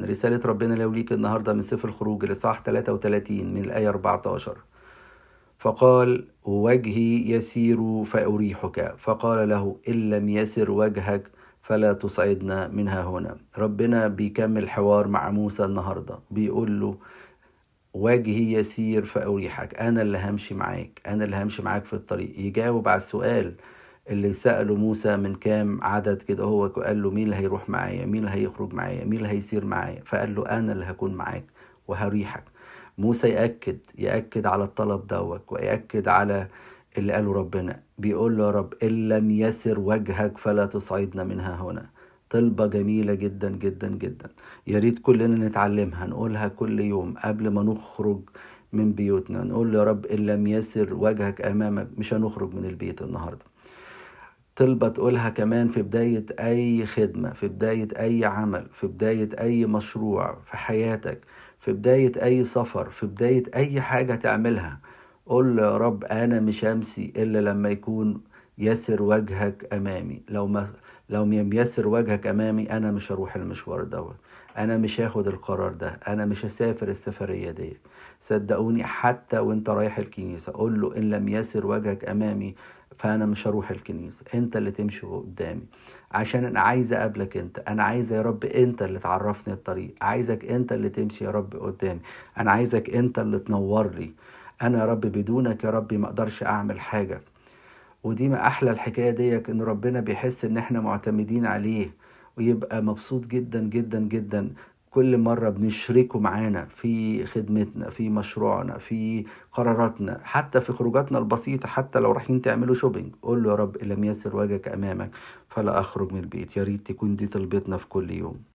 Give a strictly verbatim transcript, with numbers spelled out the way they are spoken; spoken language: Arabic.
جدا. رسالة ربنا لو ليك النهاردة من سفر الخروج الإصحاح ثلاثة وثلاثين من الآية أربعة عشر. فقال وجهي يسير فأريحك، فقال له إن لم يسر وجهك فلا تصعدنا منها هنا. ربنا بيكمل حوار مع موسى النهاردة، بيقول له وجهي يسير فأريحك، أنا اللي همشي معاك، أنا اللي همشي معاك في الطريق. يجاوب على السؤال اللي سأله موسى من كام عدد كده، هو قال له مين اللي هيروح معايا، مين اللي هيخرج معايا، مين اللي هيسير معايا، فقال له أنا اللي هكون معاك وهريحك. موسى يأكد يأكد على الطلب دوت، ويأكد على اللي قاله ربنا. بيقول له يا رب إن لم يسر وجهك فلا تصعدنا منها هنا. طلبة جميلة جدا جدا جدا، يا ريت كلنا نتعلمها، نقولها كل يوم قبل ما نخرج من بيوتنا. نقول يا رب إن لم يسر وجهك أمامك مش هنخرج من البيت النهاردة. طلبة تقولها كمان في بداية أي خدمة، في بداية أي عمل، في بداية أي مشروع في حياتك، في بداية أي سفر، في بداية أي حاجة تعملها. قول يا رب أنا مش همشي إلا لما يكون يسر وجهك أمامي. لو ما لو لم يسر وجهك أمامي أنا مش هروح المشوار دوت، أنا مش هاخد القرار ده، أنا مش هسافر السفرية دي. صدقوني حتى وانت رايح الكنيسة قول له إن لم يسر وجهك أمامي فانا مش هروح الكنيسة، انت اللي تمشي قدامي، عشان انا عايز اقابلك انت. انا عايز يا رب انت اللي تعرفني الطريق، عايزك انت اللي تمشي يا رب قدامي، انا عايزك انت اللي تنور لي. انا يا رب بدونك يا رب ما اقدرش اعمل حاجة. ودي ما احلى الحكاية ديك، ان ربنا بيحس ان احنا معتمدين عليه، ويبقى مبسوط جدا جدا جدا كل مرة بنشركه معانا في خدمتنا، في مشروعنا، في قراراتنا، حتى في خروجاتنا البسيطة. حتى لو رايحين تعملوا شوبينج قول له يا رب إن لم يسر وجهك أمامك فلا أخرج من البيت. يا ريت تكون دي طلبتنا في كل يوم.